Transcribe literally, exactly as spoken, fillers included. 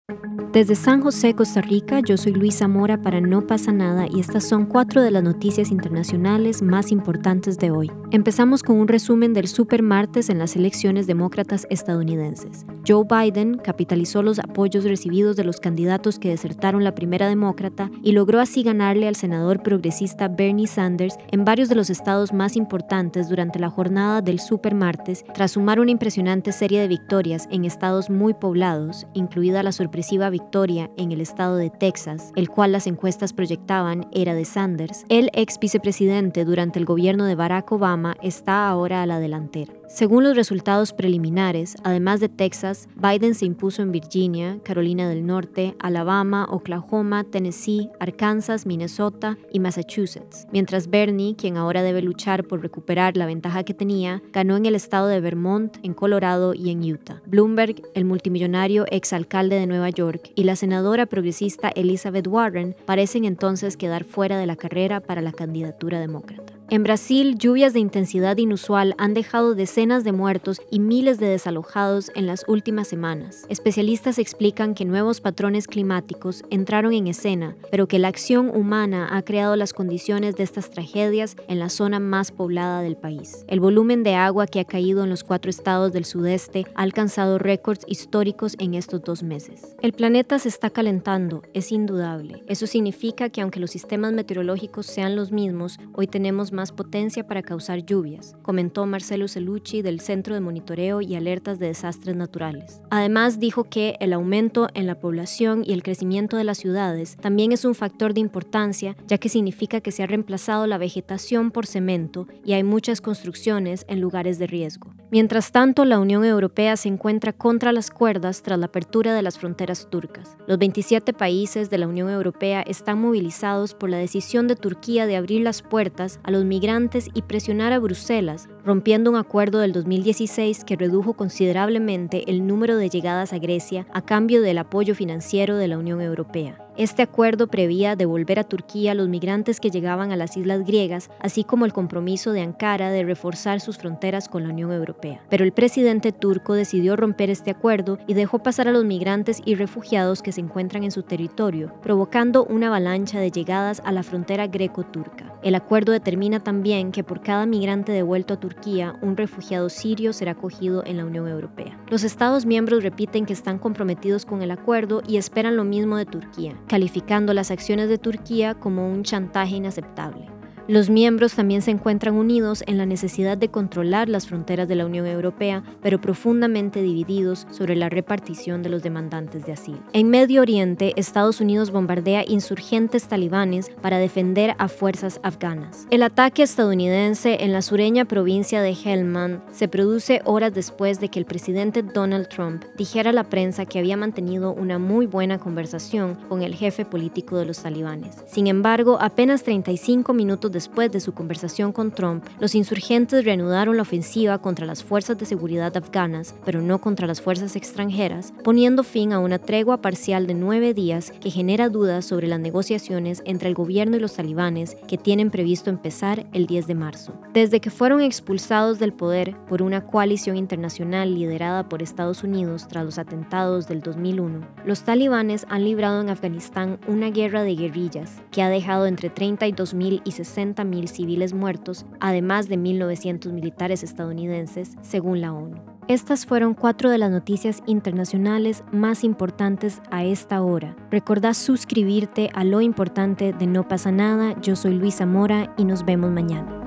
Desde San José, Costa Rica, yo soy Luisa Mora para No Pasa Nada y estas son cuatro de las noticias internacionales más importantes de hoy. Empezamos con un resumen del supermartes en las elecciones demócratas estadounidenses. Joe Biden capitalizó los apoyos recibidos de los candidatos que desertaron la primera demócrata y logró así ganarle al senador progresista Bernie Sanders en varios de los estados más importantes durante la jornada del supermartes, tras sumar una impresionante serie de victorias en estados muy poblados, incluida la sorpresiva victoria victoria en el estado de Texas, el cual las encuestas proyectaban era de Sanders. El ex vicepresidente durante el gobierno de Barack Obama está ahora a la delantera. Según los resultados preliminares, además de Texas, Biden se impuso en Virginia, Carolina del Norte, Alabama, Oklahoma, Tennessee, Arkansas, Minnesota y Massachusetts, mientras Bernie, quien ahora debe luchar por recuperar la ventaja que tenía, ganó en el estado de Vermont, en Colorado y en Utah. Bloomberg, el multimillonario exalcalde de Nueva York, y la senadora progresista Elizabeth Warren parecen entonces quedar fuera de la carrera para la candidatura demócrata. En Brasil, lluvias de intensidad inusual han dejado decenas de muertos y miles de desalojados en las últimas semanas. Especialistas explican que nuevos patrones climáticos entraron en escena, pero que la acción humana ha creado las condiciones de estas tragedias en la zona más poblada del país. El volumen de agua que ha caído en los cuatro estados del sudeste ha alcanzado récords históricos en estos dos meses. El planeta se está calentando, es indudable. Eso significa que aunque los sistemas meteorológicos sean los mismos, hoy tenemos más más potencia para causar lluvias, comentó Marcelo Cellucci del Centro de Monitoreo y Alertas de Desastres Naturales. Además, dijo que el aumento en la población y el crecimiento de las ciudades también es un factor de importancia, ya que significa que se ha reemplazado la vegetación por cemento y hay muchas construcciones en lugares de riesgo. Mientras tanto, la Unión Europea se encuentra contra las cuerdas tras la apertura de las fronteras turcas. Los veintisiete países de la Unión Europea están movilizados por la decisión de Turquía de abrir las puertas a los migrantes y presionar a Bruselas, rompiendo un acuerdo del dos mil dieciséis que redujo considerablemente el número de llegadas a Grecia a cambio del apoyo financiero de la Unión Europea. Este acuerdo prevía devolver a Turquía a los migrantes que llegaban a las islas griegas, así como el compromiso de Ankara de reforzar sus fronteras con la Unión Europea. Pero el presidente turco decidió romper este acuerdo y dejó pasar a los migrantes y refugiados que se encuentran en su territorio, provocando una avalancha de llegadas a la frontera greco-turca. El acuerdo determina también que por cada migrante devuelto a Turquía, un refugiado sirio será acogido en la Unión Europea. Los Estados miembros repiten que están comprometidos con el acuerdo y esperan lo mismo de Turquía, calificando las acciones de Turquía como un chantaje inaceptable. Los miembros también se encuentran unidos en la necesidad de controlar las fronteras de la Unión Europea, pero profundamente divididos sobre la repartición de los demandantes de asilo. En Medio Oriente, Estados Unidos bombardea insurgentes talibanes para defender a fuerzas afganas. El ataque estadounidense en la sureña provincia de Helmand se produce horas después de que el presidente Donald Trump dijera a la prensa que había mantenido una muy buena conversación con el jefe político de los talibanes. Sin embargo, apenas treinta y cinco minutos después de su conversación con Trump, los insurgentes reanudaron la ofensiva contra las fuerzas de seguridad afganas, pero no contra las fuerzas extranjeras, poniendo fin a una tregua parcial de nueve días que genera dudas sobre las negociaciones entre el gobierno y los talibanes que tienen previsto empezar el diez de marzo. Desde que fueron expulsados del poder por una coalición internacional liderada por Estados Unidos tras los atentados del dos mil uno, los talibanes han librado en Afganistán una guerra de guerrillas que ha dejado entre treinta y dos mil y sesenta mil civiles muertos, además de mil novecientos militares estadounidenses, según la ONU. Estas fueron cuatro de las noticias internacionales más importantes a esta hora. Recordá suscribirte a Lo Importante de No Pasa Nada. Yo soy Luisa Mora y nos vemos mañana.